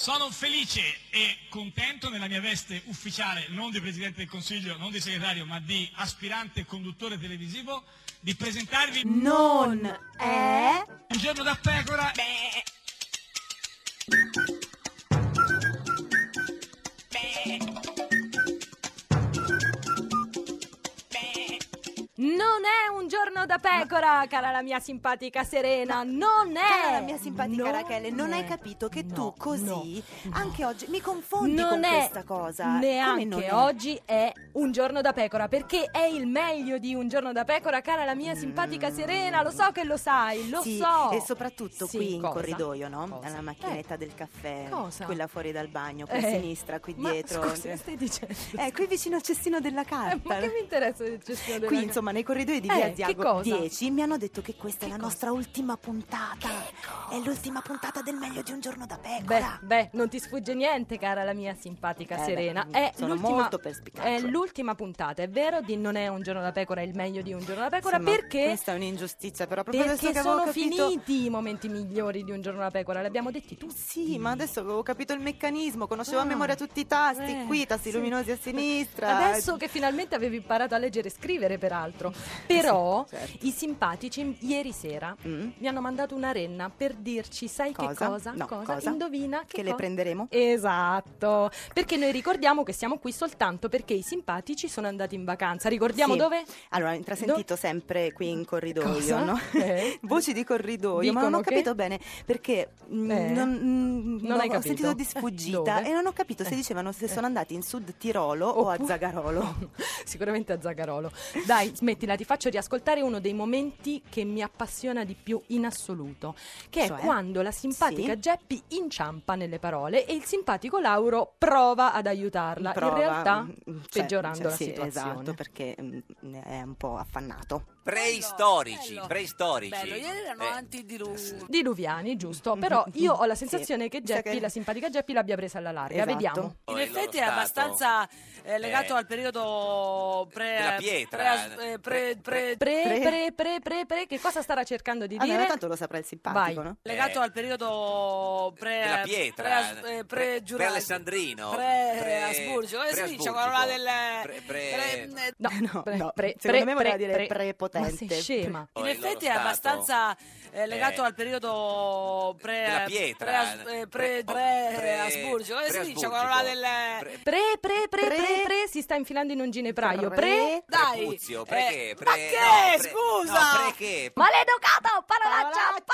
Sono felice e contento nella mia veste ufficiale, non di Presidente del Consiglio, non di segretario, ma di aspirante conduttore televisivo, di presentarvi Non è Un giorno da pecora. Non è un giorno da pecora, cara la mia simpatica Serena, non è. Cara la mia simpatica non Rachele, non è. hai capito che No, tu così, no. anche oggi, mi confondi Non con è questa cosa. Come neanche non è? oggi è un giorno da pecora, perché è il meglio di un giorno da pecora, cara la mia simpatica Serena, lo so che lo sai, lo Sì, so. e soprattutto Sì, qui in cosa? corridoio, no? Cosa? Alla macchinetta del caffè, Cosa? quella fuori dal bagno, qui a Eh. sinistra, qui Ma dietro. scusa, che stai dicendo? Qui vicino al cestino della carta. Ma che mi interessa del cestino della Qui, carta? insomma, nei corridoi di via che Ziago cosa? 10 mi hanno detto che questa è la nostra ultima puntata. È l'ultima puntata del meglio di un giorno da pecora. Beh, non ti sfugge niente, cara la mia simpatica Serena. beh, È sono l'ultima, molto perspicace. È l'ultima puntata, è vero, di Non è un giorno da pecora, è il meglio di un giorno da pecora, Insomma, perché? questa è un'ingiustizia, però proprio adesso Perché che avevo sono capito... finiti i momenti migliori di un giorno da pecora, li abbiamo detti tutti. Sì, ma adesso avevo capito il meccanismo, conoscevo a Ah. memoria tutti i tasti, qui, tasti sì. luminosi a sinistra. Adesso che finalmente avevi imparato a leggere e scrivere, peraltro. Però certo. i simpatici ieri sera mi hanno mandato una renna per dirci, sai che cosa? No, cosa? Indovina Che le prenderemo? Esatto, perché noi ricordiamo che siamo qui soltanto perché i simpatici sono andati in vacanza. Ricordiamo Sì. dove? Allora, intrasentito sempre qui in corridoio, Cosa? no? Voci di corridoio, ma non Dicono ho capito bene perché Non hai ho capito? sentito di sfuggita Dove? e non ho capito se dicevano se sono andati in Sud Tirolo o a Zagarolo. Sicuramente a Zagarolo. Dai, smettila, ti faccio riascoltare uno dei momenti che mi appassiona di più in assoluto, che Cioè? è quando la simpatica Sì. Geppi inciampa nelle parole e il simpatico Lauro prova ad aiutarla, Prova, in realtà cioè, peggiorando la sì, situazione. esatto, perché è un po' affannato. Preistorici, Bello. preistorici. Bello, ieri erano antidiluvi. Diluviani, giusto? Però io ho la Sì. sensazione che Mi sa Geppi, che- la simpatica Geppi, l'abbia presa alla larga. Esatto. Vediamo. In Il effetti loro è abbastanza legato Eh. al periodo Della pietra. Che cosa starà cercando di Allora, dire? tanto lo saprà il simpatico, Vai. no? legato al periodo della pietra. Pre-alessandrino. Asburgio, come si dice quello là del No, Secondo me voleva dire Ma prepotente. sei scema. in il effetti loro è abbastanza legato Eh. al periodo Della pietra. Asburgio, come si dice quello là del Si sta infilando in un ginepraio. dai Prepuzio, ma che scusa No, pre che? Maleducato! Parolaccia!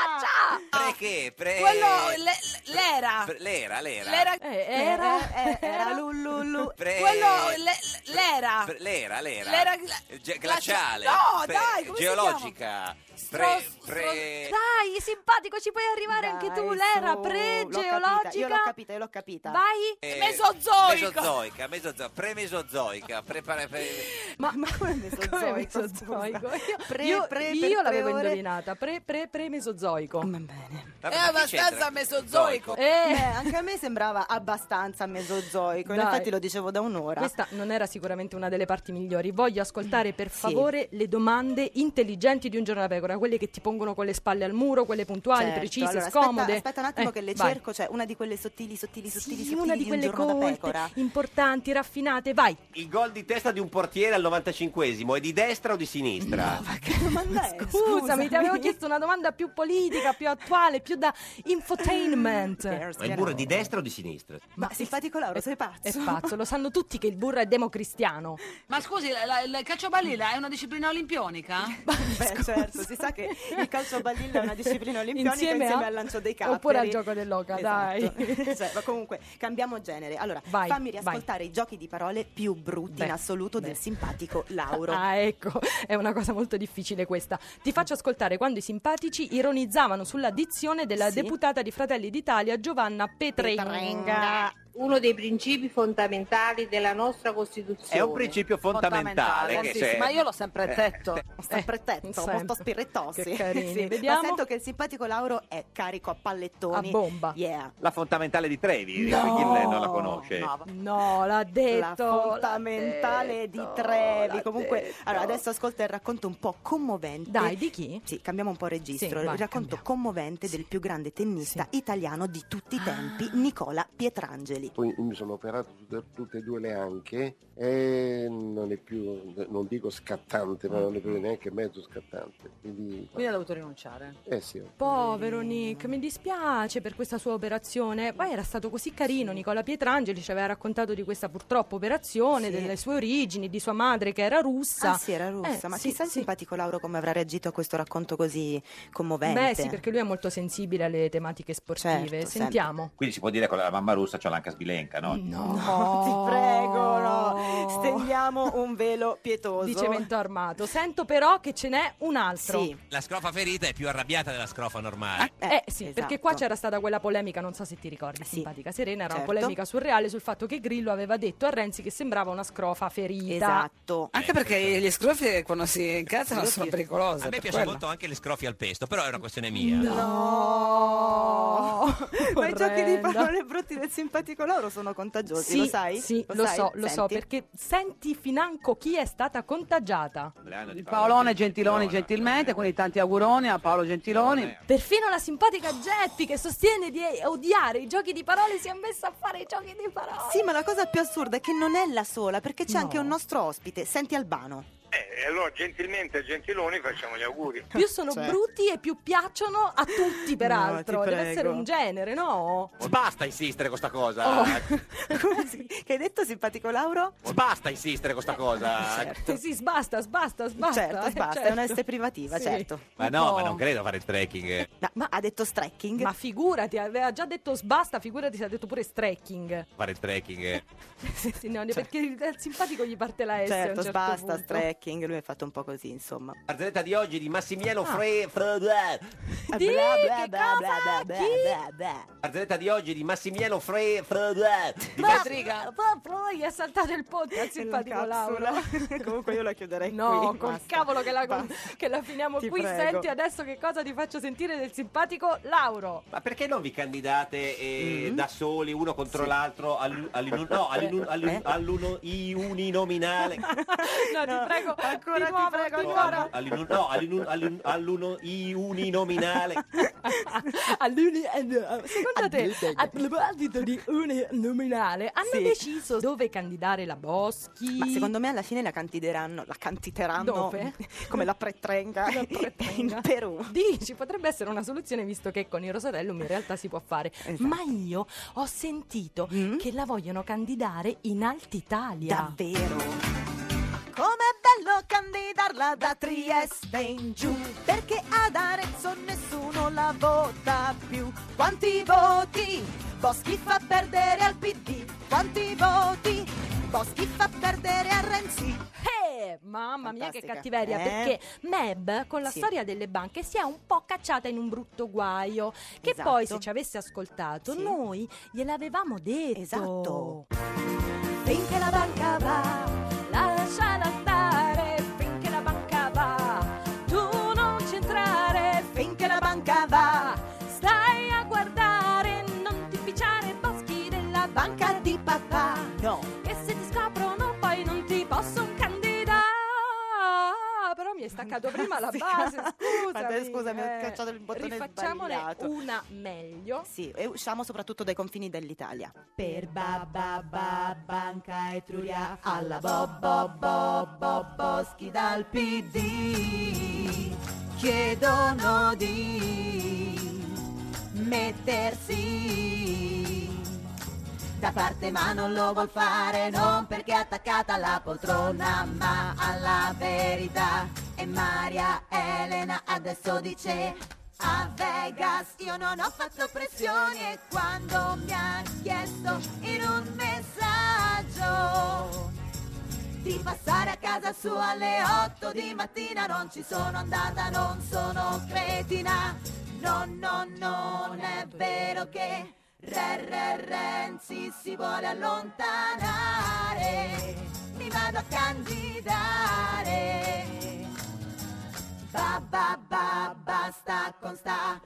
quello l'era L'era. Era lululu. quello l'era L'era. Glaciale. No, dai, come si geologica. Dai, simpatico, ci puoi arrivare anche tu, l'era pre-geologica. Io l'ho capita. Vai. Mesozoica. Premesozoica. Ma come mesozoico? come mesozoico? scusa? Io l'avevo ore. indovinata, pre-mesozoico. Va bene. È abbastanza mesozoico. Anche a me sembrava abbastanza mesozoico. In Dai. effetti lo dicevo da un'ora. Questa non era sicuramente una delle parti migliori. Voglio ascoltare per favore le domande intelligenti di un giorno da pecora, quelle che ti pongono con le spalle al muro, quelle puntuali, Certo, precise, allora, scomode. Aspetta un attimo che le vai. cerco, cioè una di quelle sottili Sì, di una di un quelle giorno da colte, pecora. importanti, raffinate, vai. Il gol di testa di un portiere al 95esimo è di destra o di sinistra? Ma che domanda è? Scusami, ti avevo chiesto una domanda più politica, più attuale, più da infotainment. Ma il burro è di destra o di sinistra? Ma simpatico Lauro, sei pazzo? È pazzo, lo sanno tutti che il burro è democristiano. Ma scusi, il calciobalilla è una disciplina olimpionica? Beh, certo, si sa che il calcio a balilla è una disciplina olimpionica insieme al lancio dei capperi. Oppure al gioco dell'oca, Esatto. dai. Cioè, ma comunque cambiamo genere. Allora, Vai, fammi riascoltare i giochi di parole più brutti in assoluto del simpatico Lauro. Ah, ecco, è una cosa molto difficile questa. Ti faccio ascoltare quando i simpatici ironizzavano sulla dizione della deputata di Fratelli d'Italia Giovanna Petrenga. uno dei principi fondamentali della nostra Costituzione. È un principio fondamentale. Sì, sì, ma io l'ho sempre detto. Sempre detto, molto spiritosi. Che carini. Sì, Vediamo. ma sento che il simpatico Lauro è carico a pallettoni. A bomba. Yeah. La fondamentale di Trevi, No. chi non la conosce? No, l'ha detto. La fondamentale di Trevi. l'ha Comunque, detto. allora adesso ascolta il racconto un po' commovente. Dai, di chi? Sì, cambiamo un po' registro. Sì, Il vai, racconto cambiamo. commovente del più grande tennista italiano di tutti i tempi, Nicola Pietrangeli. Poi mi sono operato tutte e due le anche e non è più, non dico scattante, ma non è più neanche mezzo scattante. Quindi ha dovuto rinunciare. sì. Povero Nick, mi dispiace per questa sua operazione. Poi era stato così carino, Nicola Pietrangeli ci aveva raccontato di questa purtroppo operazione, Sì. delle sue origini, di sua madre che era russa. Ah sì, era russa, ma sì, chissà il sì. simpatico Lauro come avrà reagito a questo racconto così commovente. Beh sì, perché lui è molto sensibile alle tematiche sportive. Certo, Sentiamo. Quindi si può dire con la mamma russa c'è l'anca sbilenca, no? No, ti prego, no. Stendiamo un velo pietoso. Di cemento armato. Sento però che ce n'è un altro. Sì. La scrofa ferita è più arrabbiata della scrofa normale. Sì, esatto. perché qua c'era stata quella polemica, non so se ti ricordi, Sì. simpatica Serena, era Certo. una polemica surreale sul fatto che Grillo aveva detto a Renzi che sembrava una scrofa ferita. Esatto. Anche perché gli scrofi quando si incazzano sono pericolose. A me per piace quello. molto anche le scrofi al pesto, però è una questione mia. No, Ma i giochi di orrenda. parole brutti del simpatico Lauro sono contagiosi, Sì, lo sai? Sì, lo sai? so, Senti? perché senti financo chi è stata contagiata. Paolone Gentiloni gentilmente, quindi tanti auguroni a Paolo Gentiloni. Perfino la simpatica Geppi che sostiene di odiare i giochi di parole si è messa a fare i giochi di parole. Sì, ma la cosa più assurda è che non è la sola, perché c'è No. anche un nostro ospite, senti Albano. Allora gentilmente a Gentiloni facciamo gli auguri. Più sono Cioè. brutti e più piacciono a tutti, peraltro. No, ti Deve prego. essere un genere, no? Basta insistere con sta cosa. Che hai detto, simpatico Lauro? Basta insistere con sta cosa. Certo. Sì, sbasta. Certo, basta, è una S privativa, Sì. certo. Ma no, ma non credo fare il trekking. No, ma ha detto strecking? Ma figurati, aveva già detto sbasta, figurati se ha detto pure strecking. Fare il trekking. Sì, no, perché il simpatico gli parte la S a un Certo, certo basta, punto. strecking, lui è fatto un po' così, insomma. Barzelletta di oggi di Massimiano Di, che cosa? Chi? Barzelletta di oggi di Massimiano Federica. Poi è saltato il ponte al simpatico Lauro. Comunque io la chiuderei No, qui. col basta. cavolo che la Basta. finiamo Ti qui. prego. Senti adesso che cosa ti faccio sentire del simpatico Lauro. Ma perché non vi candidate da soli, uno contro l'altro, all'uninominale? No, ti prego, ancora di nuovo, ti prego, di nuovo. All'uninominale. Secondo te, a proposito di uninominale, hanno Sì. deciso dove candidare la Boschi? Ma secondo me alla fine la cantiteranno Dove? come la pretrenga La pretrenga. in Perù. Dici, potrebbe essere una soluzione visto che con il Rosatellum in realtà si può fare. Esatto. Ma io ho sentito che la vogliono candidare in Alta Italia. Davvero? Com'è bello candidarla da Trieste in giù, perché ad Arezzo nessuno la vota più. Quanti voti Boschi fa perdere al PD? Quanti voti Boschi fa perdere a Renzi? Mamma mia che Fantastica. cattiveria, perché Meb con la Sì. storia delle banche si è un po' cacciata in un brutto guaio, che Esatto. poi se ci avesse ascoltato Sì. noi gliel'avevamo detto. Esatto. Finché la banca va, lasciala stare, finché la banca va, tu non c'entrare, finché la banca va, stai a guardare, non ti picciare Boschi della banca di papà, No. che se ti scoprono poi non ti possono candidare. Però mi hai staccato prima la base, Scusami, ho cacciato il bottone Rifacciamone sbagliato. una meglio. Sì, e usciamo soprattutto dai confini dell'Italia. Per Banca Etruria, alla Boschi dal PD chiedono di mettersi da parte, ma non lo vuol fare, non perché è attaccata alla poltrona, ma alla verità. E Maria Elena adesso dice: a Vegas io non ho fatto pressioni, e quando mi ha chiesto in un messaggio di passare a casa sua alle 8 di mattina, non ci sono andata, non sono cretina. No, non è vero che Renzi si vuole allontanare, mi vado a candidare. Basta con sta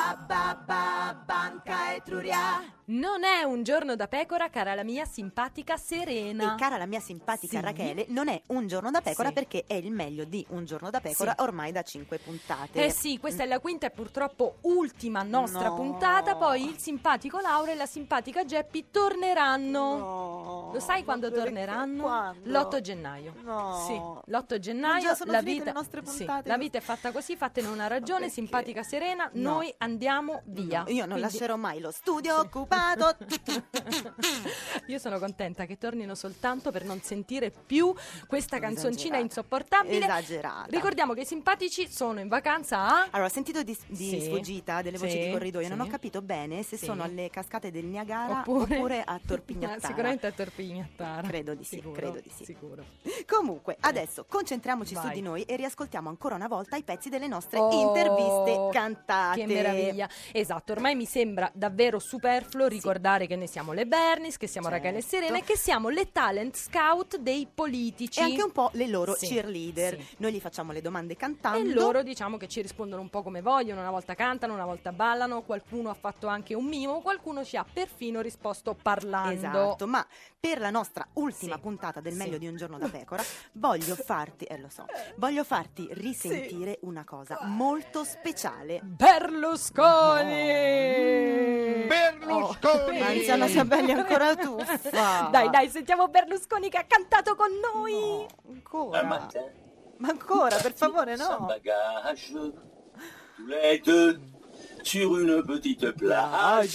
Banca Etruria. Non è un giorno da pecora, cara la mia simpatica Serena. E cara la mia simpatica Rachele, non è un giorno da pecora perché è il meglio di un giorno da pecora ormai da 5 puntate. Eh sì, questa è la quinta e purtroppo ultima nostra puntata. Poi il simpatico Laura e la simpatica Geppi torneranno. Lo sai quando torneranno? Quando? L'8 gennaio. No. Sì, l'8 gennaio. Già sono finite le nostre sì, puntate. la vita è fatta così, fatene una ragione, simpatica Serena. No. Noi andiamo via. Io non Quindi- lascerò mai lo studio occupato. Io sono contenta che tornino soltanto per non sentire più questa canzoncina insopportabile. Esagerata. Ricordiamo che i simpatici sono in vacanza a... Allora, ho sentito di Sì. sfuggita delle voci Sì, di corridoio, non sì. ho capito bene se Sì. sono alle cascate del Niagara Oppure- a Torpignattara. Sicuramente a Torpignattara. Credo di sì, Sicuro, credo di sì. Sicuro. Comunque, adesso concentriamoci su Vai. di noi e riascoltiamo ancora una volta i pezzi delle nostre Oh, interviste cantate. Che meraviglia. Esatto, ormai mi sembra davvero superfluo ricordare che noi siamo le Bernis, che siamo Rachele e Serena e che siamo le talent scout dei politici. E anche un po' le loro Sì, cheerleader. sì. Noi gli facciamo le domande cantando. E loro diciamo che ci rispondono un po' come vogliono, una volta cantano, una volta ballano, qualcuno ha fatto anche un mimo, qualcuno ci ha perfino risposto parlando. Esatto, ma per la nostra ultima puntata del Meglio di un giorno da pecora voglio farti risentire una cosa molto speciale. Berlusconi! Berlusconi! Ma Anziano Sabelli ancora tuffa. Dai, sentiamo Berlusconi che ha cantato con noi. Ancora. Ma ancora, per favore, Sans no. bagage, tous les deux sur une petite plage,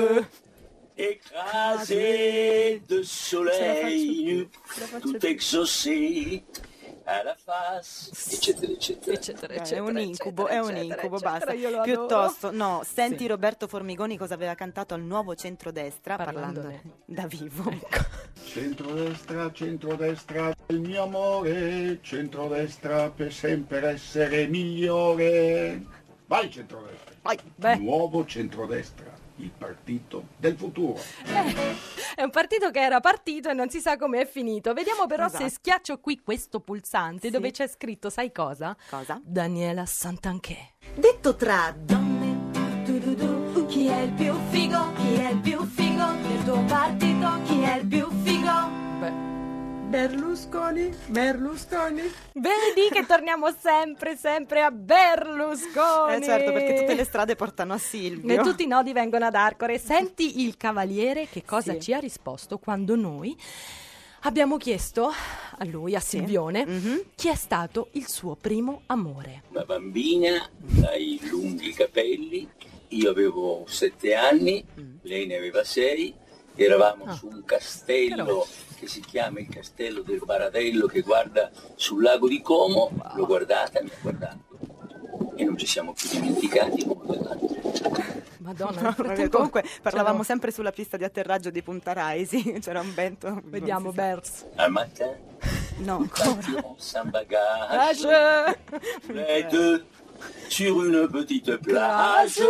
écrasés de soleil, tout exaucés à la face, eccetera, eccetera. È un incubo, basta. io lo adoro. Piuttosto, no, senti Roberto Formigoni cosa aveva cantato al nuovo centrodestra Parlandone. da vivo. Centrodestra, il mio amore, centrodestra per sempre essere migliore. Vai centrodestra. Vai. Nuovo centrodestra, il partito del futuro. È un partito che era partito e non si sa come è finito. Vediamo però Esatto. se schiaccio qui questo pulsante dove c'è scritto, sai cosa? Cosa? Daniela Santanchè. Detto tra donne, chi è il più figo? Chi è il più figo del tuo partito? Chi è il più figo? Berlusconi. Vedi che torniamo sempre a Berlusconi. Certo, perché tutte le strade portano a Silvio. E tutti i nodi vengono ad Arcore. Senti il cavaliere che cosa ci ha risposto quando noi abbiamo chiesto a lui, a Silvione, chi è stato il suo primo amore. Una bambina dai lunghi capelli, io avevo 7 anni, lei ne aveva 6, eravamo su un castello che si chiama il castello del Baradello che guarda sul lago di Como, l'ho guardata, mi ha guardato e non ci siamo più dimenticati uno dell'altro. Madonna, No, perché comunque parlavamo sempre sulla pista di atterraggio di Punta Raisi, c'era un vento. Vediamo Bers. Un matin, No, ancora. sans bagage, les deux sur une petite plage,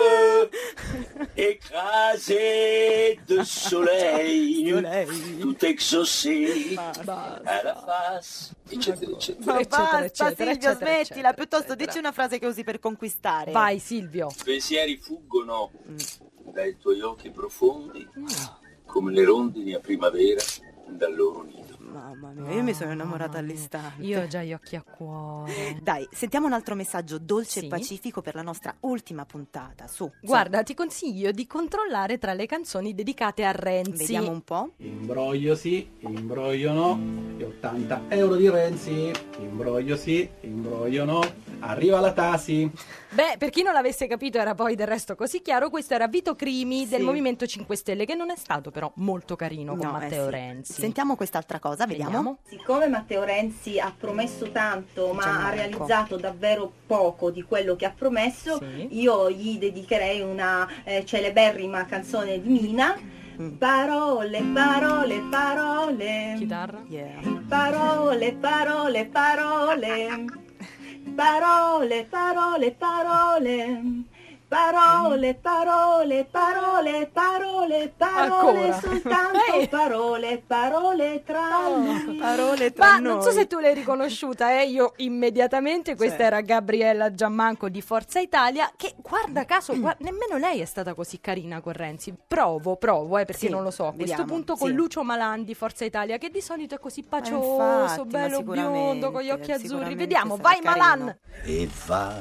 écrasés de soleil, tout exaucés à la face, eccetera, eccetera. Ma basta eccetera, Silvio, eccetera, smettila, eccetera, piuttosto eccetera. dici una frase che usi per conquistare. Vai Silvio. I pensieri fuggono dai tuoi occhi profondi come le rondini a primavera dal loro nido. Mamma mia, io mi sono innamorata all'istante. Io ho già gli occhi a cuore. Dai, sentiamo un altro messaggio dolce Sì. e pacifico per la nostra ultima puntata. Su. Guarda, ti consiglio di controllare tra le canzoni dedicate a Renzi. Vediamo un po'. Imbroglio sì, imbroglio no, gli 80 euro di Renzi, imbroglio sì, imbroglio no, arriva la Tasi. Beh, per chi non l'avesse capito era poi del resto così chiaro, questo era Vito Crimi del Movimento 5 Stelle, che non è stato però molto carino con No, Matteo sì. Renzi. Sentiamo quest'altra cosa, vediamo. Siccome Matteo Renzi ha promesso tanto ma Gianmarco. ha realizzato davvero poco di quello che ha promesso, io gli dedicherei una celeberrima canzone di Mina. Parole, parole, parole. Chitarra? Parole, parole, parole. Parole, parole, parole. Parole, parole, parole, parole, parole, Ancora. soltanto parole, parole tra noi. Parole tra Ma noi. non so se tu l'hai riconosciuta, io immediatamente, questa era Gabriella Giammanco di Forza Italia, che guarda caso, nemmeno lei è stata così carina con Renzi. Provo, perché Sì, non lo so, a questo vediamo, punto con sì. Lucio Malan di Forza Italia, che di solito è così pacioso, infatti, ma bello sicuramente, biondo, con gli occhi azzurri. sicuramente Vediamo, sarà vai carino. Malan! E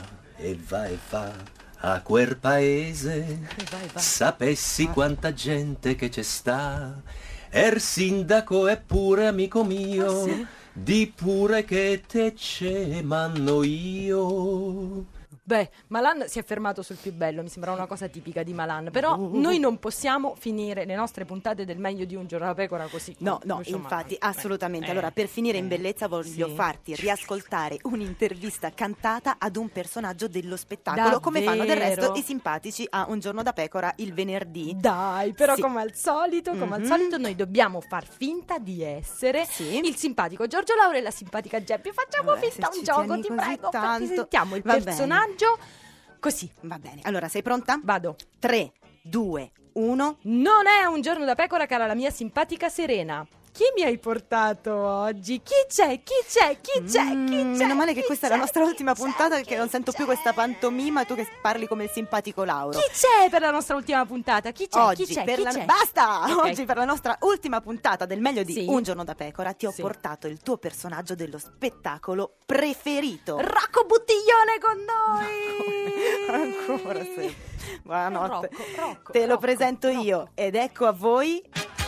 va a quel paese, sapessi quanta gente che c'è sta, sindaco è pure amico mio, di pure che te ce manno io. Beh, Malan si è fermato sul più bello, mi sembra una cosa tipica di Malan, però noi non possiamo finire le nostre puntate del meglio di un giorno da pecora così. No, con Lucio infatti, Malan. assolutamente. Allora, per finire in bellezza voglio farti riascoltare un'intervista cantata ad un personaggio dello spettacolo, come fanno del resto Davvero? i simpatici a Un giorno da pecora il venerdì. Dai, però Sì. come al solito, noi dobbiamo far finta di essere Sì. il simpatico Giorgio Lauro e la simpatica Geppi. Facciamo Vabbè, finta se un ci gioco, tieni ti così prego, tanto. sentiamo il Va bene. personaggio così. Va bene, allora sei pronta? Vado. 3, 2, 1. Non è un giorno da pecora, cara la mia simpatica Serena. Chi mi hai portato oggi? Chi c'è? Meno male che questa è la nostra ultima puntata, perché non sento più questa pantomima, tu che parli come il simpatico Lauro. Chi c'è per la nostra ultima puntata? Chi c'è? Oggi Chi c'è? per Chi la... c'è? Basta! Ok. Oggi per la nostra ultima puntata del meglio di Sì. Un giorno da pecora ti ho Sì. portato il tuo personaggio dello spettacolo preferito. Rocco Buttiglione con noi! Ancora sì. Buonanotte. Rocco, Te lo presento io ed ecco a voi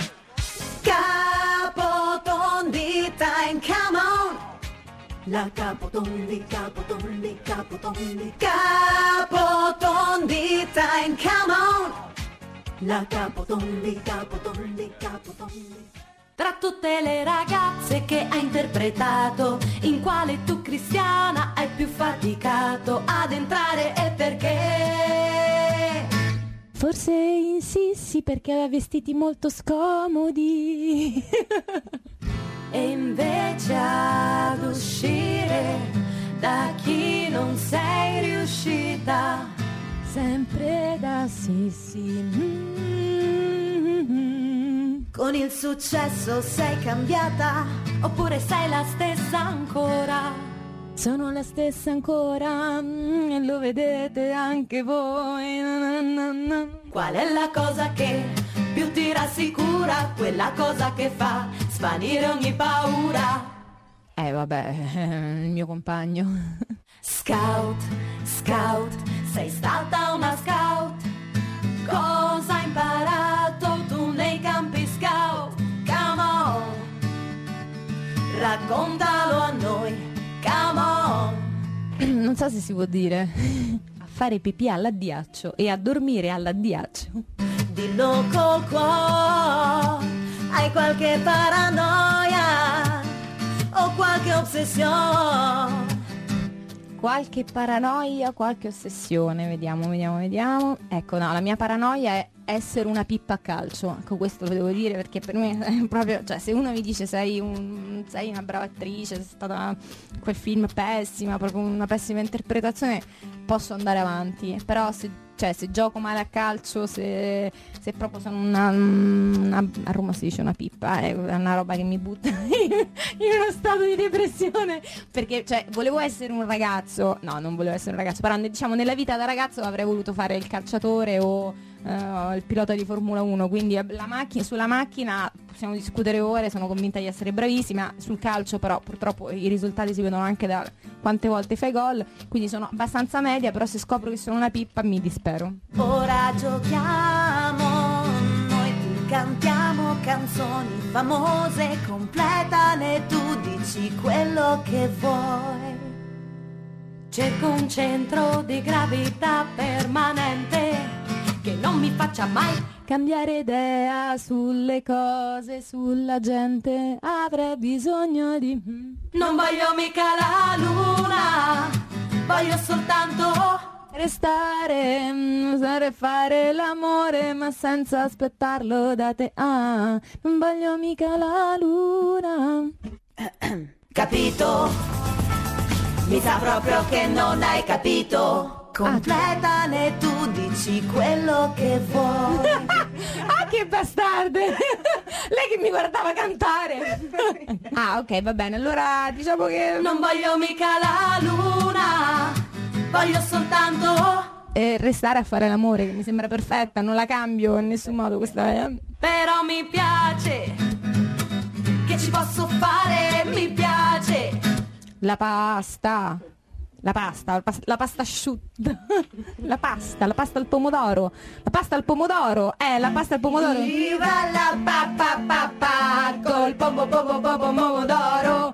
Capotondi Time, come on! La Capotondi, Capotondi, Capotondi, Capotondi Time, come on! La Capotondi, Capotondi, Capotondi. Tra tutte le ragazze che ha interpretato, in quale tu cristiana hai più faticato ad entrare e perché? Forse insissi perché aveva vestiti molto scomodi. E invece ad uscire da chi non sei riuscita, Sempre da Sissi. con il successo sei cambiata oppure sei la stessa ancora? Sono la stessa ancora, e lo vedete anche voi. Qual è la cosa che più ti rassicura? Quella cosa che fa svanire ogni paura. Vabbè, il mio compagno. Scout, scout, sei stata una scout. Cosa hai imparato tu nei campi scout? Come on, raccontalo a noi, come on. Non so se si può dire. A fare pipì all'addiaccio e a dormire all'addiaccio. Dillo col cuore, hai qualche paranoia o qualche ossessione? Qualche paranoia, qualche ossessione, vediamo. Ecco, no, la mia paranoia è essere una pippa a calcio. Ecco, questo lo devo dire perché per me è proprio, cioè, se uno mi dice sei una brava attrice, sei stata in quel film pessima, proprio una pessima interpretazione, posso andare avanti. Però se gioco male a calcio, se proprio sono a Roma si dice una pippa, è una roba che mi butta in uno stato di depressione, perché volevo essere un ragazzo, no, non volevo essere un ragazzo, però diciamo nella vita da ragazzo avrei voluto fare il calciatore o il pilota di Formula 1, quindi sulla macchina possiamo discutere ore, sono convinta di essere bravissima, sul calcio però purtroppo i risultati si vedono anche da quante volte fai gol, quindi sono abbastanza media, però se scopro che sono una pippa mi dispero. Ora giochiamo, noi ti cantiamo canzoni famose, completane, tu dici quello che vuoi. Cerco un centro di gravità permanente che non mi faccia mai cambiare idea sulle cose, sulla gente, avrei bisogno di... Non voglio mica la luna, voglio soltanto restare, usare, fare l'amore, ma senza aspettarlo da te. Ah, non voglio mica la luna. Capito? Mi sa proprio che non hai capito. Completane, tu dici quello che vuoi. Ah, che bastarde! Lei che mi guardava cantare. Ah, ok, va bene. Allora diciamo che non voglio mica la luna, voglio soltanto restare a fare l'amore, che mi sembra perfetta, non la cambio in nessun modo questa. Però mi piace, che ci posso fare, mi piace. La pasta asciutta. La pasta al pomodoro. La pasta al pomodoro. La pasta al pomodoro. Viva la pa col pomodoro.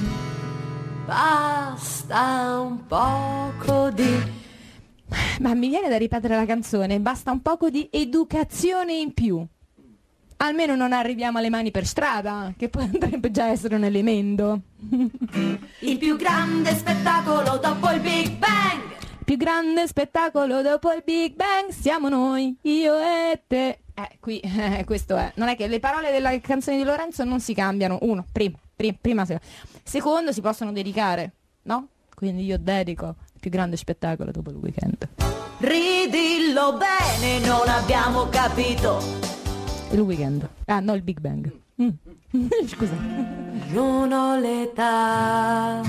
Basta un poco di... Ma mi viene da ripetere la canzone. Basta un poco di educazione in più. Almeno non arriviamo alle mani per strada, che potrebbe già essere un elemento. Il più grande spettacolo dopo il Big Bang. Più grande spettacolo dopo il Big Bang siamo noi, io e te. Qui, questo è. Non è che le parole della canzone di Lorenzo non si cambiano. Uno, prima. Secondo, si possono dedicare, no? Quindi io dedico il più grande spettacolo dopo il weekend. Ridillo bene, non abbiamo capito. Il weekend. Ah, no, il Big Bang. Scusa. Non ho l'età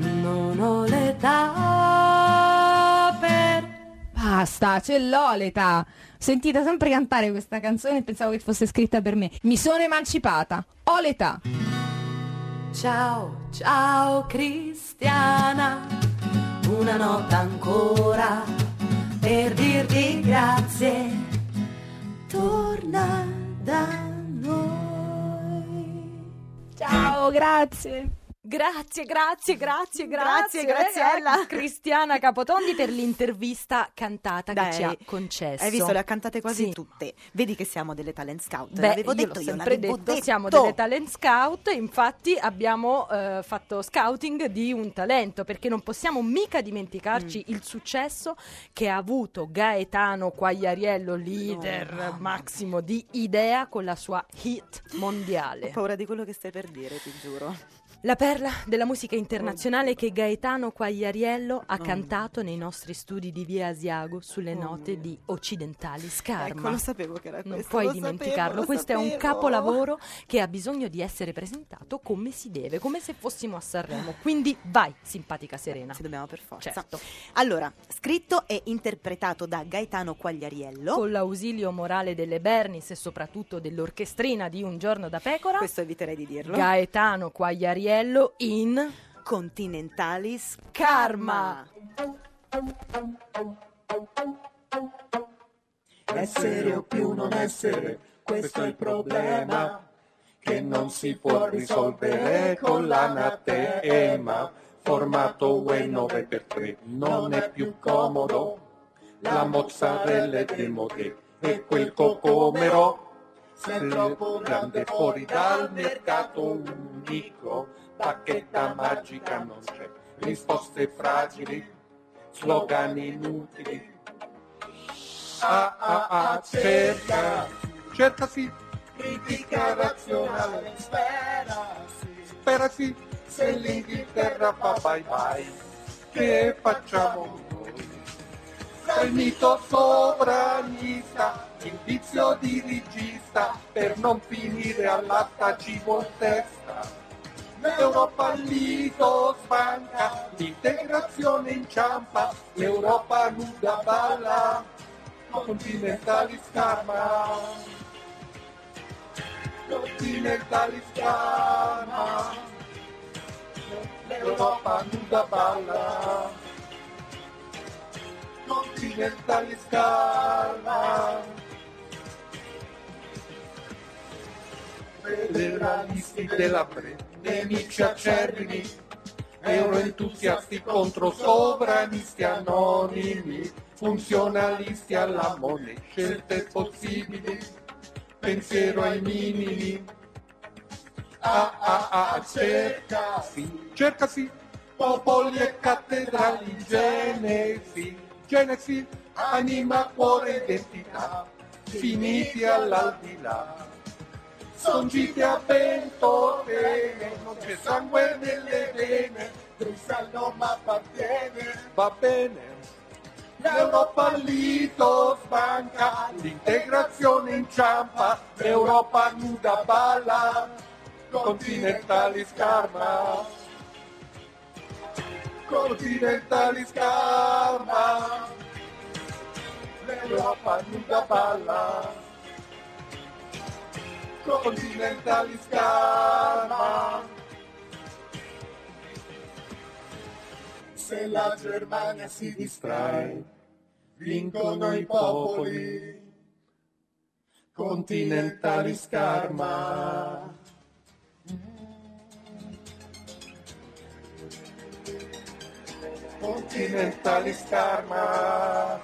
per... Basta, ce l'ho l'età. Sentite sempre cantare questa canzone e pensavo che fosse scritta per me. Mi sono emancipata. Ho l'età. Ciao Cristiana, una notte ancora per dirti grazie. Torna da noi. Ciao, grazie. Grazie Graziella Cristiana Capotondi per l'intervista cantata che ci ha concesso. Hai visto, le ha cantate quasi tutte. Vedi che siamo delle talent scout. L'avevo detto io, l'avevo detto. Siamo delle talent scout, infatti abbiamo fatto scouting di un talento, perché non possiamo mica dimenticarci il successo che ha avuto Gaetano Quagliariello, leader massimo di Idea, con la sua hit mondiale. Ho paura di quello che stai per dire, ti giuro. La perla della musica internazionale che Gaetano Quagliariello ha cantato nei nostri studi di Via Asiago sulle note di Occidentali Scarma. Ecco, lo sapevo che era questo. Non puoi dimenticarlo. Questo è un capolavoro che ha bisogno di essere presentato come si deve, come se fossimo a Sanremo. Quindi vai, simpatica Serena. Ci dobbiamo per forza. Certo. Allora, scritto e interpretato da Gaetano Quagliariello, con l'ausilio morale delle Bernis e soprattutto dell'orchestrina di Un giorno da pecora. Questo eviterei di dirlo. Gaetano Quagliariello in Continentalis Karma. Essere o più non essere, questo è il problema che non si può risolvere con l'anatema. Formato UE 9x3 non è più comodo, la mozzarella è demodè e quel cocomero se è troppo grande fuori dal mercato unico. Bacchetta magica non c'è, risposte fragili, slogan inutili. Cerca sì, critica razionale, spera sì, se l'Inghilterra fa bye bye, che facciamo noi? Il mito sovranista, il vizio dirigista, per non finire all'atta ci vuol testa. L'Europa lito sbanca, l'integrazione inciampa, l'Europa nuda balla, Continentalis Karma, Continentalis Karma, l'Europa nuda balla, Continentalis Karma. Federalisti della Bre, nemici acerrimi, euroentusiasti contro sovranisti anonimi, funzionalisti alla moneta, scelte possibili, pensiero ai minimi. Cerca sì, popoli e cattedrali, genesi, anima, cuore, identità, finiti all'aldilà. Son gite a Ventotene, non c'è sangue nelle vene, Bruxelles non m'appartiene. Va bene, L'Europa fallito sbanca, l'integrazione inciampa, l'Europa nuda balla, Continentali scarma, Continentali scarma, l'Europa nuda balla, Continentali scarma. Se la Germania si distrae, vincono i popoli, Continentali scarma. Continentali scarma,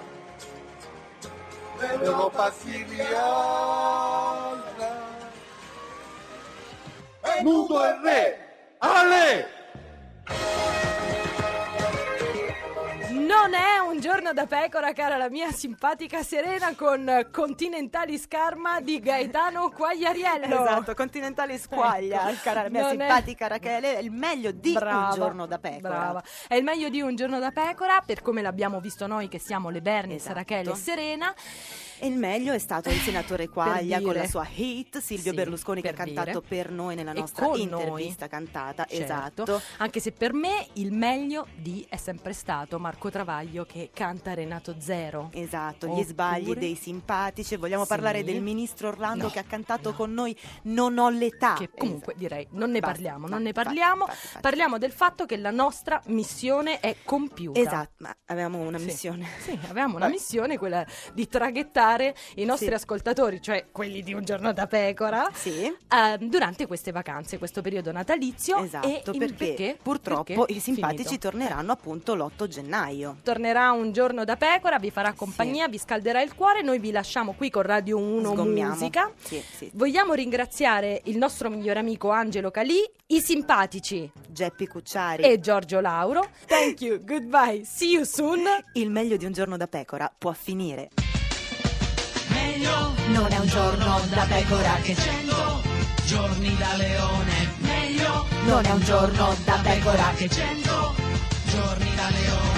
l'Europa si rialza. È nudo il re, ale! Non è un giorno da pecora, cara la mia simpatica Serena, con Continentali scarma di Gaetano Quagliariello. Esatto, Continentali squaglia, Ecco. cara la mia Non simpatica Rachele, è il meglio di Brava, un giorno da pecora. Brava. È il meglio di un giorno da pecora, per come l'abbiamo visto noi che siamo le Bernis, Esatto. Rachele e Serena. E il meglio è stato il senatore Quaglia dire. con la sua hit, Silvio Sì, Berlusconi, che ha per cantato dire. per noi nella E nostra con intervista noi. cantata. Certo. Esatto. Anche se per me il meglio di è sempre stato Marco Travaglio che canta Renato Zero. Esatto, gli Oppure- sbagli dei simpatici. Vogliamo Sì. parlare del ministro Orlando No, che ha cantato con noi Non ho l'età. Che comunque direi non ne Basta, parliamo, no, non ne infatti, parliamo. infatti. Parliamo del fatto che la nostra missione è compiuta. Esatto, ma avevamo una Sì. missione. Sì, avevamo una missione, quella di traghettare i nostri Sì. ascoltatori, cioè quelli di un giorno da pecora, durante queste vacanze, questo periodo natalizio. Esatto, e perché purtroppo Perché? i simpatici Finito. torneranno appunto l'8 gennaio. Tornerà un giorno da pecora, vi farà compagnia, vi scalderà il cuore. Noi vi lasciamo qui con Radio 1 Sgommiamo. Musica. Sì, sì. Vogliamo ringraziare il nostro migliore amico Angelo Calì, i simpatici Geppi Cucciari e Giorgio Lauro. Thank you, goodbye, see you soon. Il meglio di un giorno da pecora può finire. Meglio non è un giorno da pecora che 100 giorni da leone. Meglio non è un giorno da pecora che 100 giorni da leone.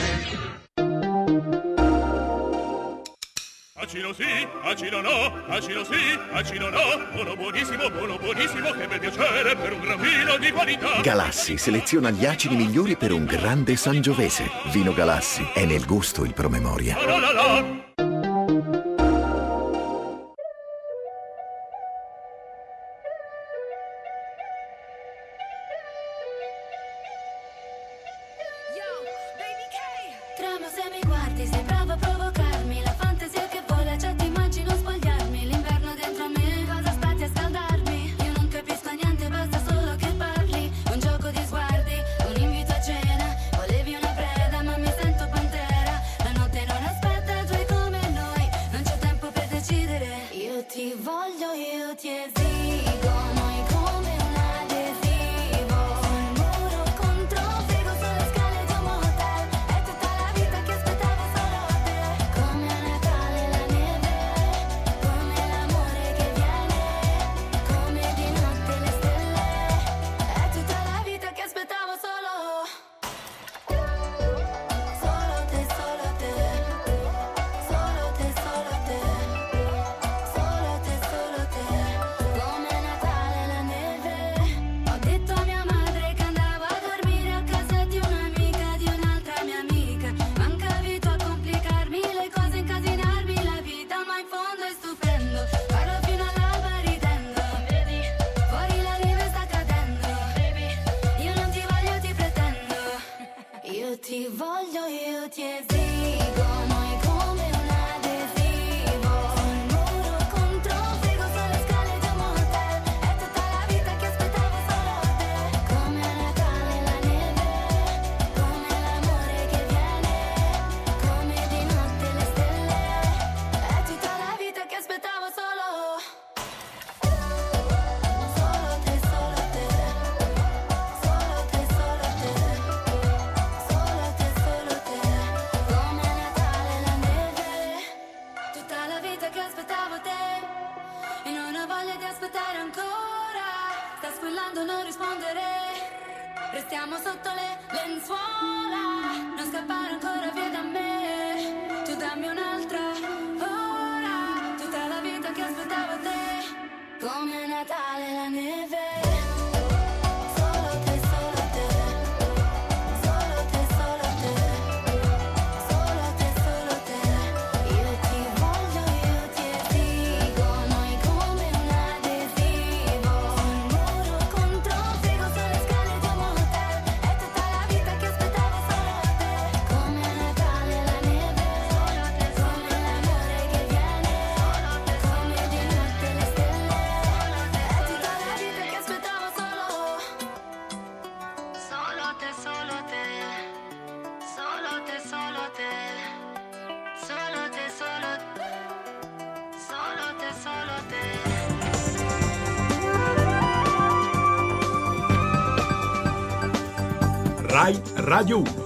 Acino sì, acino no, acino sì, acino no, buono buonissimo, che bel piacere per un gran vino di qualità. Galassi seleziona gli acidi migliori per un grande sangiovese. Vino Galassi è nel gusto il promemoria. La la la. Tremo se mi guardi, se provo a provocarmi la fantasia che vola, già ti immagino spogliarmi. L'inverno dentro me, cosa aspetti a scaldarmi? Io non capisco niente, basta solo che parli. Un gioco di sguardi, un invito a cena. Volevi una preda, ma mi sento pantera. La notte non aspetta, due come noi, non c'è tempo per decidere. Io ti voglio, io ti esigo, noi come un adesivo. Sul muro contro frigo, sulle scale di un motel. È tutta la vita che aspettavo solo te. Come a Natale la neve, come l'amore che viene, come di notte le stelle. È tutta la vita che aspettavo solo. Solo te, solo te. Solo te, solo te. Solo te, solo te. Come a Natale la neve. Ho detto a mia madre che andavo a dormire a casa di un'amica, di un'altra mia amica. Mancavi tu a complicarmi le cose, incasinarmi la vita, ma in fondo è stupendo. Parlo fino all'alba ridendo. Vedi, fuori la neve sta cadendo. Baby, io non ti voglio, ti pretendo. Io ti voglio, io ti esigo, noi come un adesivo. Sul muro contro frigo, sulle scale di un motel. È tutta la vita che aspettavo solo te. Come a Natale la neve, come l'amore che viene, come di notte le stelle. È tutta la vita che aspettavo solo. Solo te, solo te. Solo te, solo te. Solo te, solo te. Come a Natale la neve. Tutta la vita che aspettavo te. E non ho voglia di aspettare ancora. Sta squillando, non rispondere. Restiamo sotto le lenzuola. Non scappare ancora via da me. Tu dammi un'altra ora, tutta la vita che aspettavo te, come Natale la neve. Solo te, solo te, solo te, solo te, solo te, solo te. Io ti voglio, io ti esigo, noi come un adesivo. Sul muro contro un frigo, sulle scale di un motel, è tutta la vita che aspettavo solo te, come Natale la neve. Solo te, come l'amore che viene, come di notte le stelle. È tutta la vita che aspettavo solo. Solo te, solo te, solo te, solo te, solo te, solo te, solo te. Rai Radio 1.